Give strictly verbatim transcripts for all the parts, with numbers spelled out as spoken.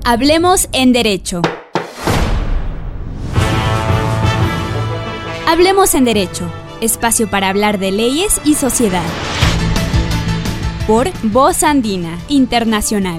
Hablemos en Derecho. Hablemos en Derecho, espacio para hablar de leyes y sociedad. Por Voz Andina Internacional.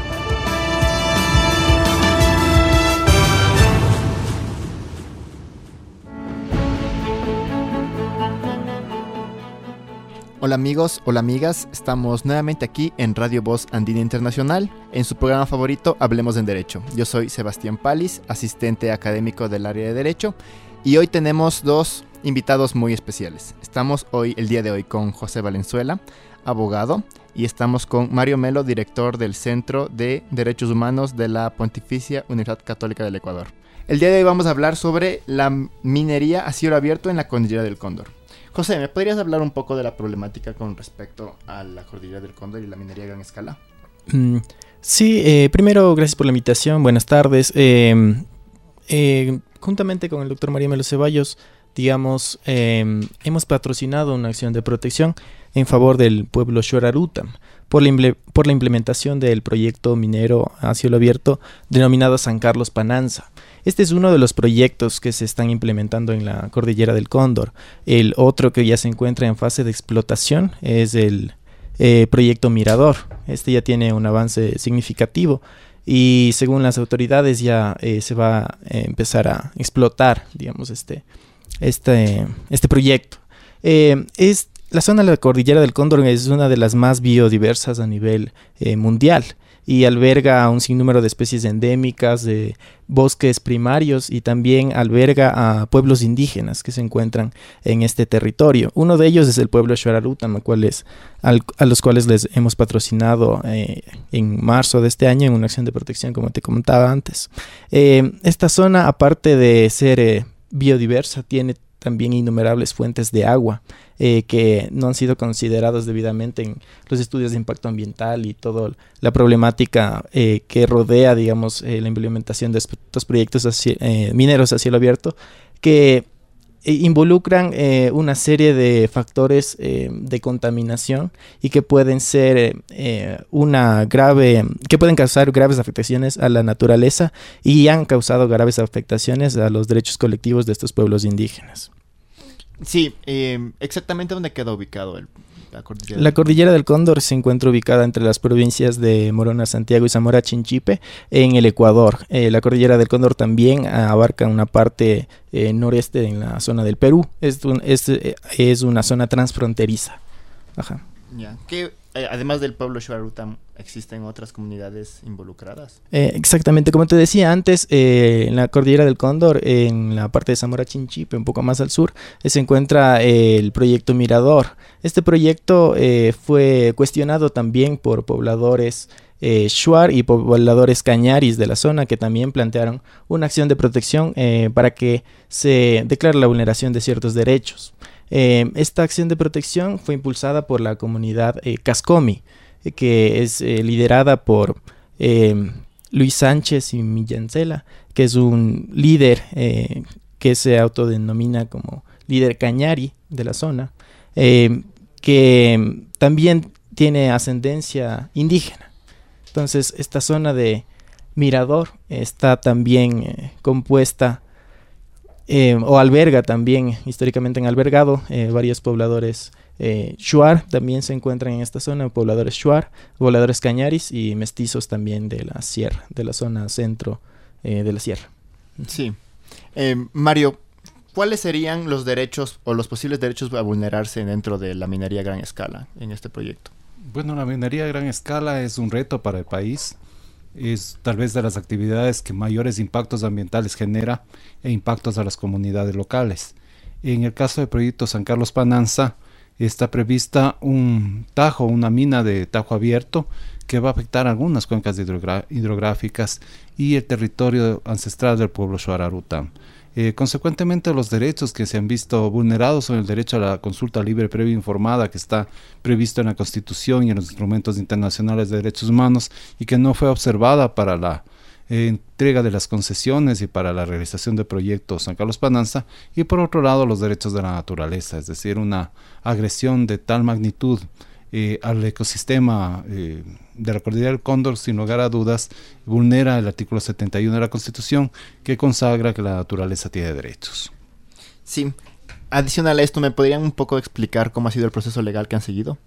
Hola amigos, hola amigas, estamos nuevamente aquí en Radio Voz Andina Internacional, en su programa favorito Hablemos en Derecho. Yo soy Sebastián Palis, asistente académico del área de Derecho, y hoy tenemos dos invitados muy especiales. Estamos hoy, el día de hoy, con José Valenzuela, abogado, y estamos con Mario Melo, director del Centro de Derechos Humanos de la Pontificia Universidad Católica del Ecuador. El día de hoy vamos a hablar sobre la minería a cielo abierto en la Cordillera del Cóndor. José, ¿me podrías hablar un poco de la problemática con respecto a la Cordillera del Cóndor y la minería a gran escala? Mm, sí, eh, primero, gracias por la invitación, buenas tardes. Eh, eh, juntamente con el doctor Mario Melo Ceballos, digamos, eh, hemos patrocinado una acción de protección en favor del pueblo Xuararutam por la, imple- por la implementación del proyecto minero a cielo abierto denominado San Carlos Pananza. Este es uno de los proyectos que se están implementando en la Cordillera del Cóndor. El otro que ya se encuentra en fase de explotación es el eh, proyecto Mirador. Este ya tiene un avance significativo y según las autoridades ya eh, se va a eh, empezar a explotar, digamos, este, este, este proyecto. Eh, es, la zona de la Cordillera del Cóndor es una de las más biodiversas a nivel eh, mundial, y alberga un sinnúmero de especies endémicas, de bosques primarios, y también alberga a pueblos indígenas que se encuentran en este territorio. Uno de ellos es el pueblo Xuararutam, al, a los cuales les hemos patrocinado eh, en marzo de este año en una acción de protección, como te comentaba antes. Eh, esta zona, aparte de ser eh, biodiversa, tiene también innumerables fuentes de agua eh, que no han sido considerados debidamente en los estudios de impacto ambiental y toda la problemática eh, que rodea, digamos, eh, la implementación de estos proyectos hacia, eh, mineros a cielo abierto, que eh, involucran eh, una serie de factores eh, de contaminación y que pueden ser eh, una grave, que pueden causar graves afectaciones a la naturaleza y han causado graves afectaciones a los derechos colectivos de estos pueblos indígenas. Sí, eh, exactamente dónde queda ubicado el, la cordillera. La Cordillera del Cóndor se encuentra ubicada entre las provincias de Morona, Santiago y Zamora Chinchipe en el Ecuador. Eh, la Cordillera del Cóndor también abarca una parte eh, noreste en la zona del Perú. Es, un, es, es una zona transfronteriza. Ajá. Ya. ¿Qué, eh, además del pueblo Xuararutam, existen otras comunidades involucradas? Eh, exactamente, como te decía antes, eh, en la Cordillera del Cóndor, en la parte de Zamora Chinchipe, un poco más al sur, eh, se encuentra eh, el proyecto Mirador. Este proyecto eh, fue cuestionado también por pobladores eh, Shuar y pobladores cañaris de la zona, que también plantearon una acción de protección eh, para que se declare la vulneración de ciertos derechos. Eh, esta acción de protección fue impulsada por la comunidad eh, Cascomi, eh, que es eh, liderada por eh, Luis Sánchez y Millancela, que es un líder eh, que se autodenomina como líder cañari de la zona, eh, que también tiene ascendencia indígena. Entonces, esta zona de Mirador está también eh, compuesta Eh, o alberga también, históricamente han albergado eh, varios pobladores eh, Shuar, también se encuentran en esta zona, pobladores Shuar, pobladores cañaris y mestizos también de la sierra, de la zona centro eh, de la sierra. Sí. Eh, Mario, ¿cuáles serían los derechos o los posibles derechos a vulnerarse dentro de la minería a gran escala en este proyecto? Bueno, la minería a gran escala es un reto para el país. Es tal vez de las actividades que mayores impactos ambientales genera e impactos a las comunidades locales. En el caso del proyecto San Carlos Pananza, está prevista un tajo, una mina de tajo abierto que va a afectar algunas cuencas hidrogra- hidrográficas y el territorio ancestral del pueblo Xuararutam. Eh, consecuentemente, los derechos que se han visto vulnerados son el derecho a la consulta libre, previa e informada, que está previsto en la Constitución y en los instrumentos internacionales de derechos humanos y que no fue observada para la eh, entrega de las concesiones y para la realización del proyecto San Carlos Pananza. Y por otro lado, los derechos de la naturaleza, es decir, una agresión de tal magnitud eh, al ecosistema eh, de la Cordillera del Cóndor, sin lugar a dudas, vulnera el artículo setenta y uno de la Constitución, que consagra que la naturaleza tiene derechos. Sí. Adicional a esto, ¿me podrían un poco explicar cómo ha sido el proceso legal que han seguido?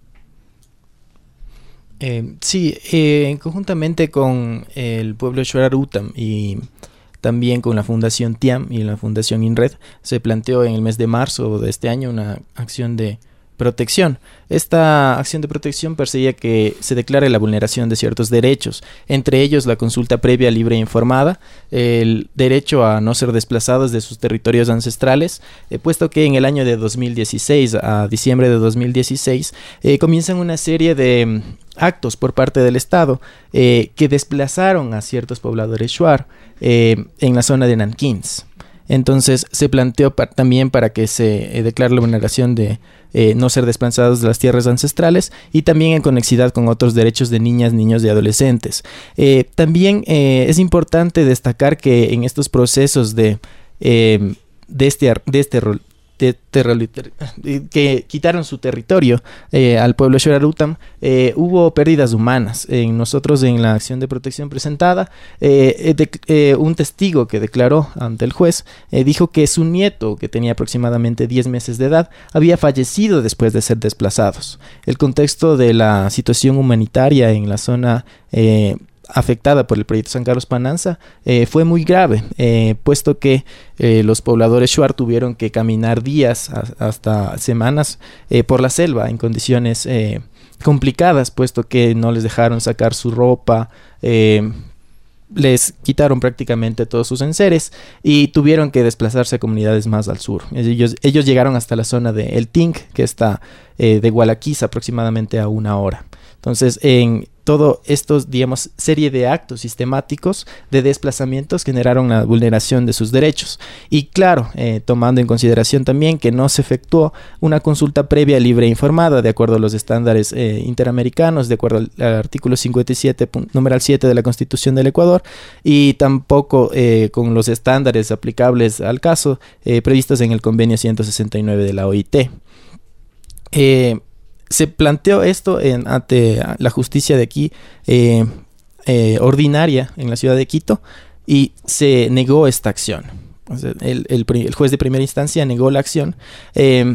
Eh, sí, eh, conjuntamente con el pueblo de Shuar Arutam y también con la Fundación TIAM y la Fundación INRED, se planteó en el mes de marzo de este año una acción de protección. Esta acción de protección perseguía que se declare la vulneración de ciertos derechos, entre ellos la consulta previa, libre e informada, el derecho a no ser desplazados de sus territorios ancestrales, eh, puesto que en el año de dos mil dieciséis a diciembre de dos mil dieciséis eh, comienzan una serie de mm, actos por parte del Estado eh, que desplazaron a ciertos pobladores Shuar eh, en la zona de Nankins. Entonces se planteó pa- también para que se eh, declare la vulneración de eh, no ser desplazados de las tierras ancestrales y también en conexidad con otros derechos de niñas, niños y adolescentes. Eh, también eh, es importante destacar que en estos procesos de, eh, de este, de este rol, de terror, que quitaron su territorio eh, al pueblo Shuar Arutam, eh, hubo pérdidas humanas. En nosotros, en la acción de protección presentada, eh, de, eh, un testigo que declaró ante el juez eh, dijo que su nieto, que tenía aproximadamente diez meses de edad, había fallecido después de ser desplazados. El contexto de la situación humanitaria en la zona eh, afectada por el proyecto San Carlos Pananza eh, fue muy grave, eh, puesto que eh, los pobladores Shuar tuvieron que caminar días a, hasta semanas eh, por la selva en condiciones eh, complicadas, puesto que no les dejaron sacar su ropa, eh, les quitaron prácticamente todos sus enseres y tuvieron que desplazarse a comunidades más al sur. Ellos, ellos llegaron hasta la zona de El Tinc, que está eh, de Gualaquiza aproximadamente a una hora. Entonces, en todo estos, digamos, serie de actos sistemáticos de desplazamientos generaron la vulneración de sus derechos. Y claro, eh, tomando en consideración también que no se efectuó una consulta previa, libre e informada, de acuerdo a los estándares eh, interamericanos, de acuerdo al, al artículo cincuenta y siete, numeral siete de la Constitución del Ecuador, y tampoco eh, con los estándares aplicables al caso eh, previstos en el convenio ciento sesenta y nueve de la O I T. Eh, Se planteó esto en, ante la justicia de aquí eh, eh, ordinaria en la ciudad de Quito y se negó esta acción. O sea, el, el, el juez de primera instancia negó la acción eh,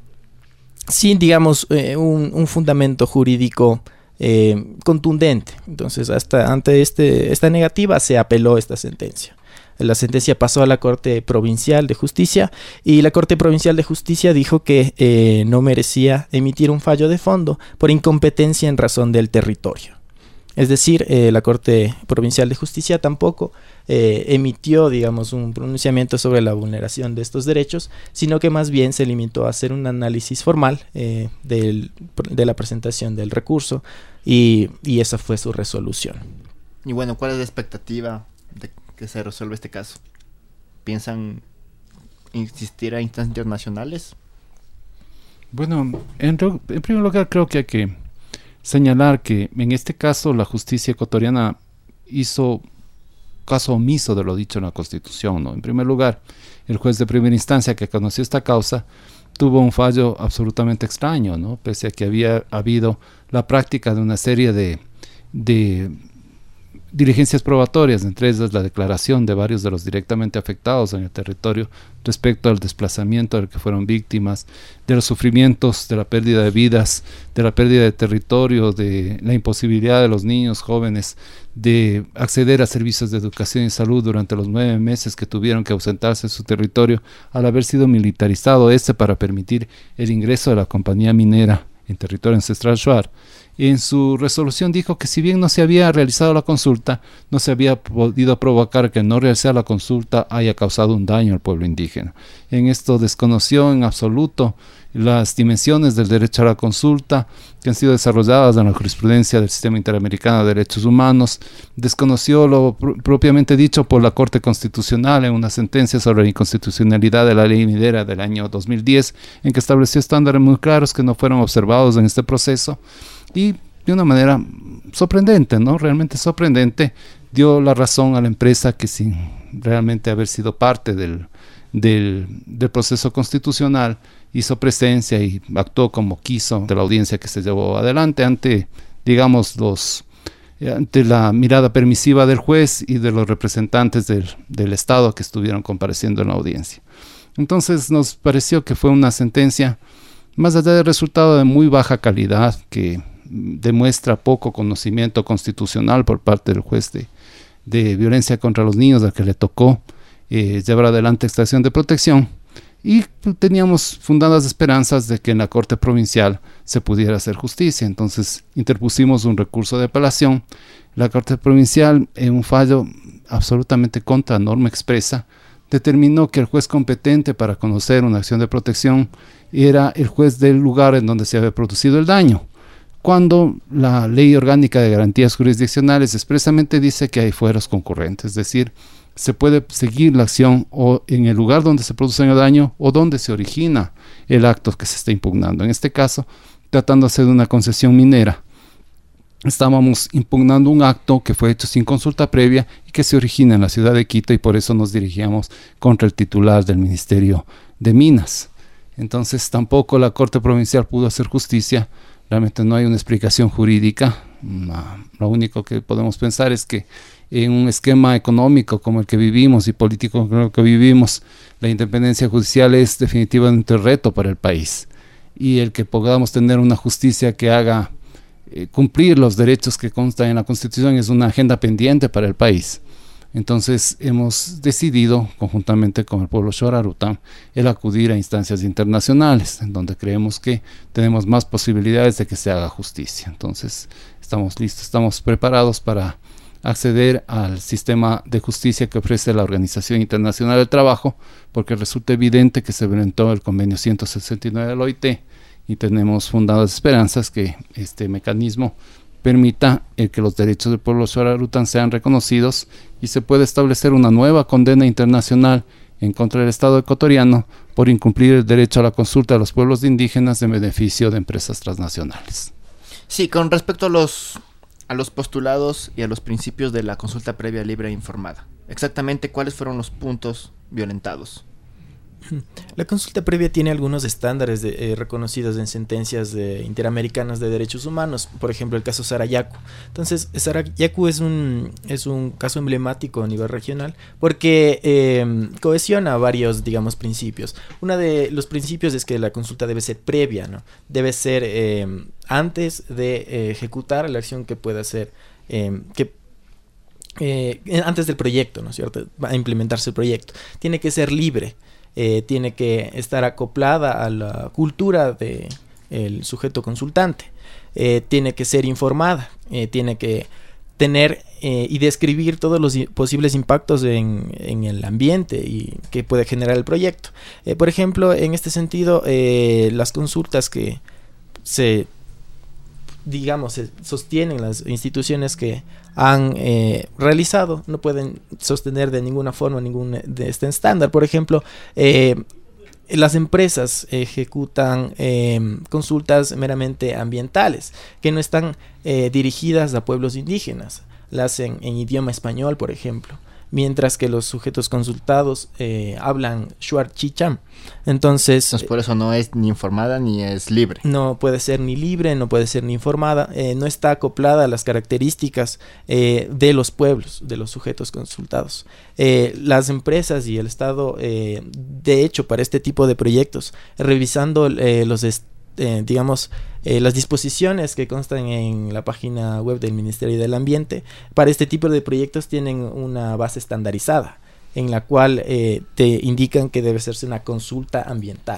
sin, digamos, eh, un, un fundamento jurídico eh, contundente. Entonces, hasta ante este, esta negativa se apeló esta sentencia. La sentencia pasó a la Corte Provincial de Justicia y la Corte Provincial de Justicia dijo que eh, no merecía emitir un fallo de fondo por incompetencia en razón del territorio. Es decir, eh, la Corte Provincial de Justicia tampoco eh, emitió, digamos, un pronunciamiento sobre la vulneración de estos derechos, sino que más bien se limitó a hacer un análisis formal eh, del, de la presentación del recurso y, y esa fue su resolución. Y bueno, ¿cuál es la expectativa de que se resuelva este caso? ¿Piensan insistir a instancias internacionales? Bueno, en, en primer lugar creo que hay que señalar que en este caso la justicia ecuatoriana hizo caso omiso de lo dicho en la Constitución, ¿no? En primer lugar, el juez de primera instancia que conoció esta causa tuvo un fallo absolutamente extraño, ¿no? Pese a que había habido la práctica de una serie de, de diligencias probatorias, entre ellas la declaración de varios de los directamente afectados en el territorio respecto al desplazamiento del que fueron víctimas, de los sufrimientos, de la pérdida de vidas, de la pérdida de territorio, de la imposibilidad de los niños jóvenes de acceder a servicios de educación y salud durante los nueve meses que tuvieron que ausentarse de su territorio al haber sido militarizado este para permitir el ingreso de la compañía minera en territorio ancestral Shuar. En su resolución dijo que si bien no se había realizado la consulta, no se había podido provocar que no realizar la consulta haya causado un daño al pueblo indígena. En esto desconoció en absoluto las dimensiones del derecho a la consulta que han sido desarrolladas en la jurisprudencia del Sistema Interamericano de Derechos Humanos, desconoció lo pr- propiamente dicho por la Corte Constitucional en una sentencia sobre la inconstitucionalidad de la ley minera del año dos mil diez, en que estableció estándares muy claros que no fueron observados en este proceso. Y de una manera sorprendente, ¿no? Realmente sorprendente, dio la razón a la empresa que sin realmente haber sido parte del, del, del proceso constitucional, hizo presencia y actuó como quiso de la audiencia que se llevó adelante ante, digamos, los, ante la mirada permisiva del juez y de los representantes del, del Estado que estuvieron compareciendo en la audiencia. Entonces nos pareció que fue una sentencia, más allá del resultado, de muy baja calidad, que demuestra poco conocimiento constitucional por parte del juez de, de violencia contra los niños, al que le tocó eh, llevar adelante extracción de protección, y teníamos fundadas esperanzas de que en la Corte Provincial se pudiera hacer justicia. Entonces interpusimos un recurso de apelación. La Corte Provincial, en un fallo absolutamente contra norma expresa, determinó que el juez competente para conocer una acción de protección era el juez del lugar en donde se había producido el daño, cuando la Ley Orgánica de Garantías Jurisdiccionales expresamente dice que hay fueros concurrentes, es decir, se puede seguir la acción o en el lugar donde se produce el daño o donde se origina el acto que se está impugnando. En este caso, tratándose de una concesión minera, estábamos impugnando un acto que fue hecho sin consulta previa y que se origina en la ciudad de Quito, y por eso nos dirigíamos contra el titular del Ministerio de Minas. Entonces tampoco la Corte Provincial pudo hacer justicia. Realmente no hay una explicación jurídica. No, lo único que podemos pensar es que en un esquema económico como el que vivimos y político como el que vivimos, la independencia judicial es definitivamente un reto para el país, y el que podamos tener una justicia que haga eh, cumplir los derechos que constan en la Constitución es una agenda pendiente para el país. Entonces hemos decidido, conjuntamente con el pueblo Shorarutam, el acudir a instancias internacionales, en donde creemos que tenemos más posibilidades de que se haga justicia. Entonces estamos listos, estamos preparados para acceder al sistema de justicia que ofrece la Organización Internacional del Trabajo, porque resulta evidente que se violentó el convenio ciento sesenta y nueve de la O I T, y tenemos fundadas esperanzas que este mecanismo permita el que los derechos del pueblo Shorarutam sean reconocidos y se pueda establecer una nueva condena internacional en contra del Estado ecuatoriano por incumplir el derecho a la consulta de los pueblos indígenas en beneficio de empresas transnacionales. Sí, con respecto a los, a los postulados y a los principios de la consulta previa, libre e informada, exactamente cuáles fueron los puntos violentados. La consulta previa tiene algunos estándares de, eh, reconocidos en sentencias de, interamericanas de derechos humanos, por ejemplo el caso Sarayaku. Entonces Sarayaku es un, es un caso emblemático a nivel regional porque eh, cohesiona varios, digamos, principios. Uno de los principios es que la consulta debe ser previa, ¿no? Debe ser eh, antes de eh, ejecutar la acción que pueda hacer, eh, que eh, antes del proyecto, ¿no es cierto? Va a implementarse el proyecto. Tiene que ser libre. Eh, tiene que estar acoplada a la cultura del sujeto consultante, eh, tiene que ser informada, eh, tiene que tener eh, y describir todos los posibles impactos en, en el ambiente y que puede generar el proyecto. Eh, por ejemplo, en este sentido, eh, las consultas que se, digamos, se sostienen las instituciones que han eh, realizado no pueden sostener de ninguna forma ningún de este estándar. Por ejemplo, eh, las empresas ejecutan eh, consultas meramente ambientales que no están eh, dirigidas a pueblos indígenas, las hacen en idioma español, por ejemplo, mientras que los sujetos consultados eh, hablan Shuar Chicham. Entonces, Entonces, por eso no es ni informada ni es libre. No puede ser ni libre, no puede ser ni informada, eh, no está acoplada a las características eh, de los pueblos, de los sujetos consultados. Eh, las empresas y el Estado, eh, de hecho, para este tipo de proyectos, revisando eh, los est- Eh, digamos, eh, las disposiciones que constan en la página web del Ministerio del Ambiente, para este tipo de proyectos tienen una base estandarizada en la cual eh, te indican que debe hacerse una consulta ambiental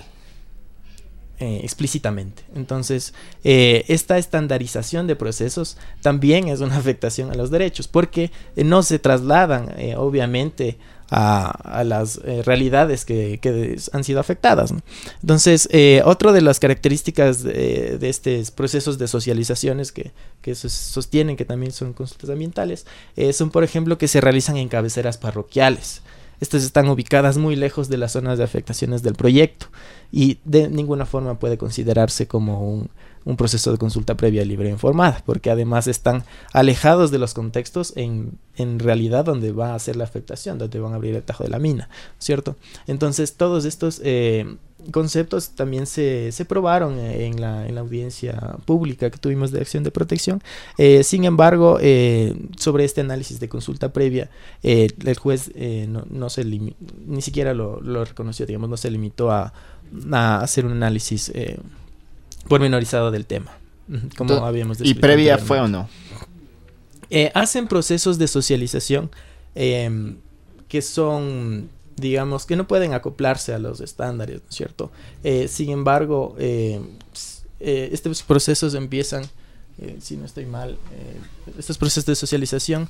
eh, explícitamente. Entonces, eh, esta estandarización de procesos también es una afectación a los derechos porque eh, no se trasladan eh, obviamente A, a las eh, realidades que, que han sido afectadas, ¿no? Entonces, eh, otra de las características de, de estos procesos de socializaciones que, que sostienen que también son consultas ambientales eh, son, por ejemplo, que se realizan en cabeceras parroquiales. Estas están ubicadas muy lejos de las zonas de afectaciones del proyecto y de ninguna forma puede considerarse como un, un proceso de consulta previa libre e informada, porque además están alejados de los contextos en, en realidad donde va a ser la afectación, donde van a abrir el tajo de la mina, ¿cierto? Entonces todos estos eh, conceptos también se, se probaron en la, en la audiencia pública que tuvimos de acción de protección. Eh, sin embargo, eh, sobre este análisis de consulta previa, eh, el juez eh, no, no se limi- ni siquiera lo, lo reconoció, digamos, no se limitó a, a hacer un análisis eh, pormenorizado del tema, como Entonces, habíamos ¿y descrito previa fue o no? Eh, hacen procesos de socialización eh, que son, digamos, que no pueden acoplarse a los estándares, ¿no es cierto? Eh, sin embargo, eh, eh, estos procesos empiezan, eh, si no estoy mal, eh, estos procesos de socialización,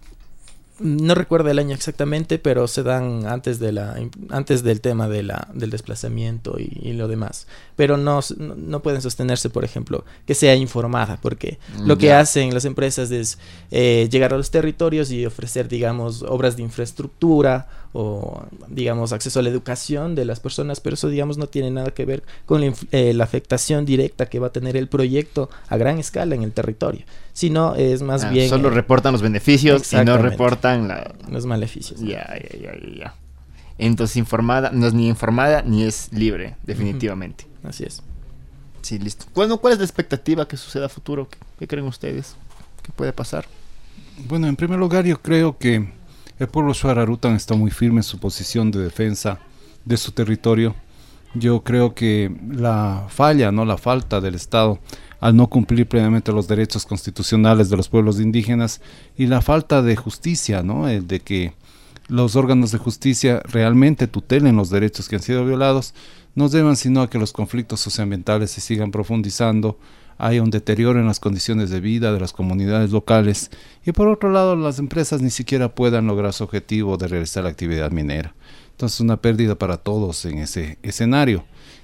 no recuerdo el año exactamente, pero se dan antes de la antes del tema de la del desplazamiento y, y lo demás, pero no, no no pueden sostenerse, por ejemplo, que sea informada, porque lo Ya. que hacen las empresas es eh, llegar a los territorios y ofrecer, digamos, obras de infraestructura o, digamos, acceso a la educación de las personas, pero eso, digamos, no tiene nada que ver con la, inf- eh, la afectación directa que va a tener el proyecto a gran escala en el territorio, sino es más Ah, bien solo eh, reportan los beneficios y no exactamente. reportan la... los maleficios. Ya, ya, ya, ya, ya. Entonces informada, no es ni informada ni es libre, definitivamente. Así es. Sí, listo. Bueno, ¿cuál es la expectativa que suceda a futuro? ¿Qué, qué creen ustedes? ¿Qué puede pasar? Bueno, en primer lugar yo creo que el pueblo Shuar Arutan está muy firme en su posición de defensa de su territorio. Yo creo que la falla, no la falta del Estado al no cumplir plenamente los derechos constitucionales de los pueblos indígenas y la falta de justicia, ¿no? El de que los órganos de justicia realmente tutelen los derechos que han sido violados, no llevan sino a que los conflictos socioambientales se sigan profundizando, haya un deterioro en las condiciones de vida de las comunidades locales y por otro lado las empresas ni siquiera puedan lograr su objetivo de realizar la actividad minera. Entonces una pérdida para todos en ese escenario.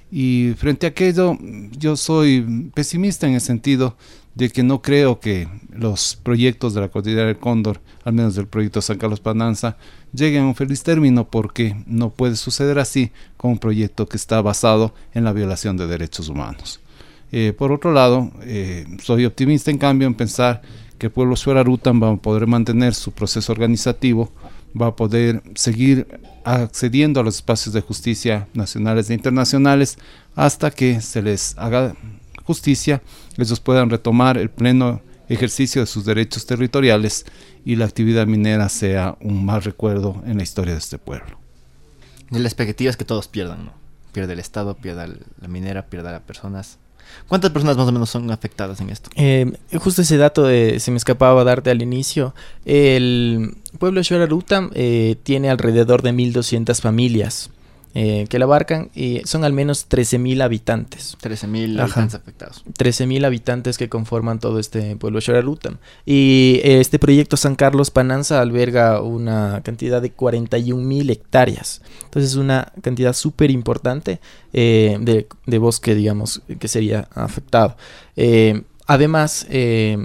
Y frente a aquello, yo soy pesimista en el sentido de que no creo que los proyectos de la Cordillera del Cóndor, al menos del proyecto San Carlos Pananza, lleguen a un feliz término, porque no puede suceder así con un proyecto que está basado en la violación de derechos humanos. Eh, por otro lado, eh, soy optimista en cambio en pensar que el pueblo Shuar Arutan va a poder mantener su proceso organizativo, va a poder seguir accediendo a los espacios de justicia nacionales e internacionales hasta que se les haga justicia, ellos puedan retomar el pleno ejercicio de sus derechos territoriales y la actividad minera sea un mal recuerdo en la historia de este pueblo. Y la expectativa es que todos pierdan, ¿no? Pierde el Estado, pierda el- la minera, pierda las personas. ¿Cuántas personas más o menos son afectadas en esto? Eh, justo ese dato eh, se me escapaba darte al inicio. El pueblo Shuar Arutan eh, tiene alrededor de mil doscientas familias eh, que la abarcan y son al menos trece mil habitantes. trece mil Ajá. habitantes afectados. trece mil habitantes que conforman todo este pueblo Shuar Arutan. Y eh, este proyecto San Carlos Pananza alberga una cantidad de cuarenta y un mil hectáreas. Entonces es una cantidad súper importante eh, de, de bosque, digamos, que sería afectado. Eh, además, eh,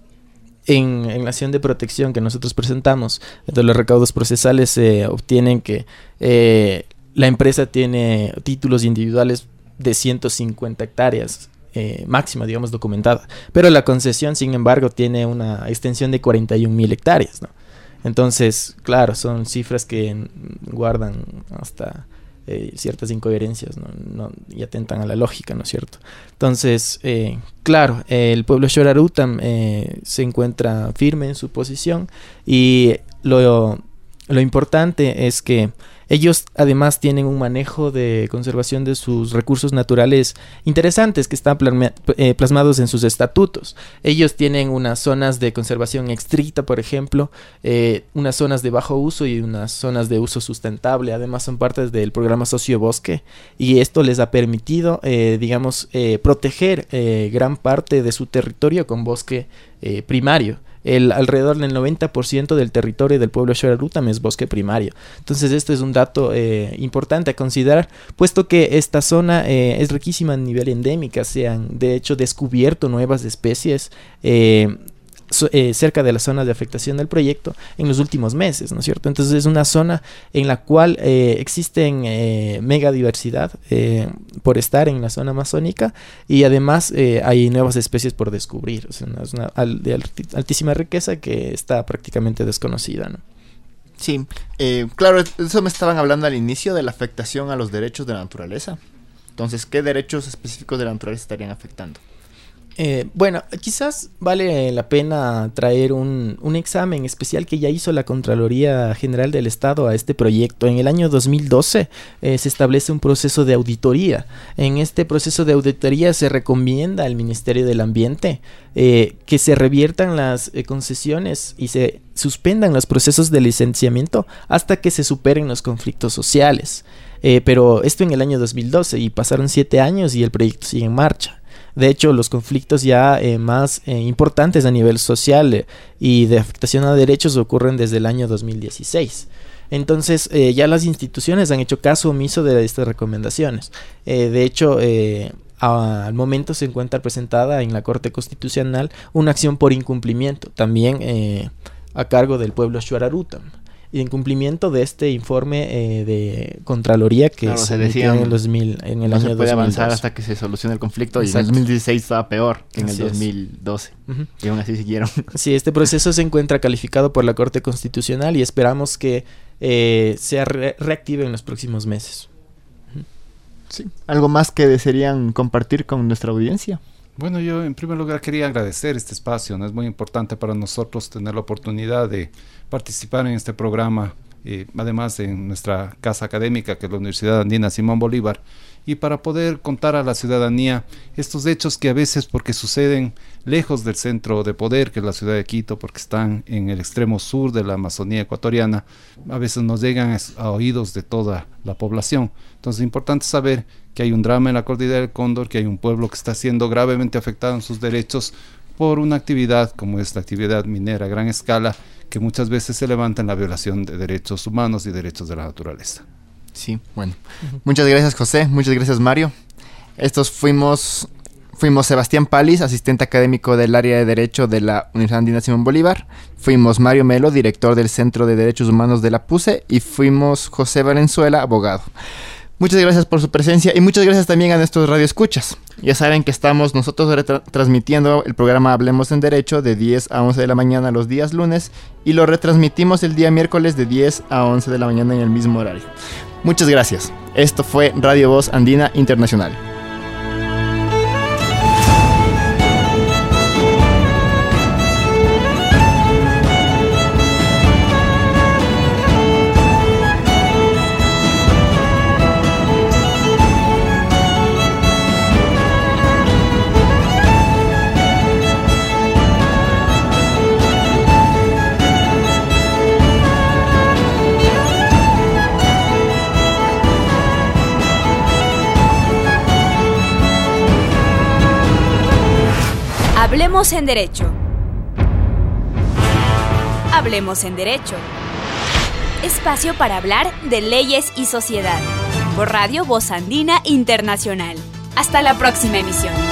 en, en la acción de protección que nosotros presentamos, de los recaudos procesales se obtienen que eh, la empresa tiene títulos individuales de ciento cincuenta hectáreas eh, máxima, digamos, documentada, pero la concesión, sin embargo, tiene una extensión de cuarenta y un mil hectáreas, ¿no? Entonces, claro, son cifras que mm, guardan hasta eh, ciertas incoherencias, ¿no? No, y atentan a la lógica, ¿no es cierto? Entonces, eh, claro, eh, el pueblo Shuar Arutan eh, se encuentra firme en su posición y lo, lo importante es que ellos además tienen un manejo de conservación de sus recursos naturales interesantes que están plasma- eh, plasmados en sus estatutos. Ellos tienen unas zonas de conservación estricta, por ejemplo, eh, unas zonas de bajo uso y unas zonas de uso sustentable. Además son partes del programa Sociobosque y esto les ha permitido, eh, digamos, eh, proteger eh, gran parte de su territorio con bosque eh, primario. El, alrededor del noventa por ciento del territorio del pueblo Shuar Arutan es bosque primario. Entonces esto es un dato eh, importante a considerar, puesto que esta zona eh, es riquísima a nivel endémica. Se han de hecho descubierto nuevas especies eh, so, eh, cerca de la zona de afectación del proyecto en los últimos meses, ¿no es cierto? Entonces es una zona en la cual eh, existen eh, megadiversidad eh, por estar en la zona amazónica y además eh, hay nuevas especies por descubrir. O sea, es una al, de altísima riqueza que está prácticamente desconocida, ¿no? Sí, eh, claro, eso me estaban hablando al inicio de la afectación a los derechos de la naturaleza. Entonces, ¿qué derechos específicos de la naturaleza estarían afectando? Eh, bueno, quizás vale la pena traer un, un examen especial que ya hizo la Contraloría General del Estado a este proyecto. En el año dos mil doce eh, se establece un proceso de auditoría. En este proceso de auditoría se recomienda al Ministerio del Ambiente eh, que se reviertan las eh, concesiones y se suspendan los procesos de licenciamiento hasta que se superen los conflictos sociales. Eh, pero esto en el año dos mil doce y pasaron siete años y el proyecto sigue en marcha. De hecho, los conflictos ya eh, más eh, importantes a nivel social eh, y de afectación a derechos ocurren desde el año dos mil dieciséis. Entonces, eh, ya las instituciones han hecho caso omiso de estas recomendaciones. Eh, de hecho, eh, a, al momento se encuentra presentada en la Corte Constitucional una acción por incumplimiento, también eh, a cargo del pueblo Shuararutam. Y en cumplimiento de este informe eh, de Contraloría que claro, se decía en el, dos mil, en el no año se puede dos mil dos. avanzar hasta que se solucione el conflicto. Exacto. Y en el dos mil dieciséis estaba peor que en así el dos mil doce. Uh-huh. Y aún así siguieron. Sí, este proceso se encuentra calificado por la Corte Constitucional y esperamos que eh, se re- reactive en los próximos meses. Uh-huh. Sí. ¿Algo más que desearían compartir con nuestra audiencia? Bueno, yo en primer lugar quería agradecer este espacio, ¿no? Es muy importante para nosotros tener la oportunidad de participar en este programa, eh, además en nuestra casa académica, que es la Universidad Andina Simón Bolívar, y para poder contar a la ciudadanía estos hechos que a veces, porque suceden lejos del centro de poder, que es la ciudad de Quito, porque están en el extremo sur de la Amazonía ecuatoriana, a veces nos llegan a oídos de toda la población. Entonces es importante saber que hay un drama en la Cordillera del Cóndor, que hay un pueblo que está siendo gravemente afectado en sus derechos por una actividad como es la actividad minera a gran escala, que muchas veces se levanta en la violación de derechos humanos y derechos de la naturaleza. Sí, bueno. Uh-huh. Muchas gracias, José. Muchas gracias, Mario. Estos fuimos... Fuimos Sebastián Palis, asistente académico del área de Derecho de la Universidad Andina Simón Bolívar. Fuimos Mario Melo, director del Centro de Derechos Humanos de la PUCE. Y fuimos José Valenzuela, abogado. Muchas gracias por su presencia y muchas gracias también a nuestros radioescuchas. Ya saben que estamos nosotros retra- transmitiendo el programa Hablemos en Derecho de diez a once de la mañana los días lunes y lo retransmitimos el día miércoles de diez a once de la mañana en el mismo horario. Muchas gracias. Esto fue Radio Voz Andina Internacional. Hablemos en Derecho. Hablemos en Derecho. Espacio para hablar de leyes y sociedad. Por Radio Voz Andina Internacional. Hasta la próxima emisión.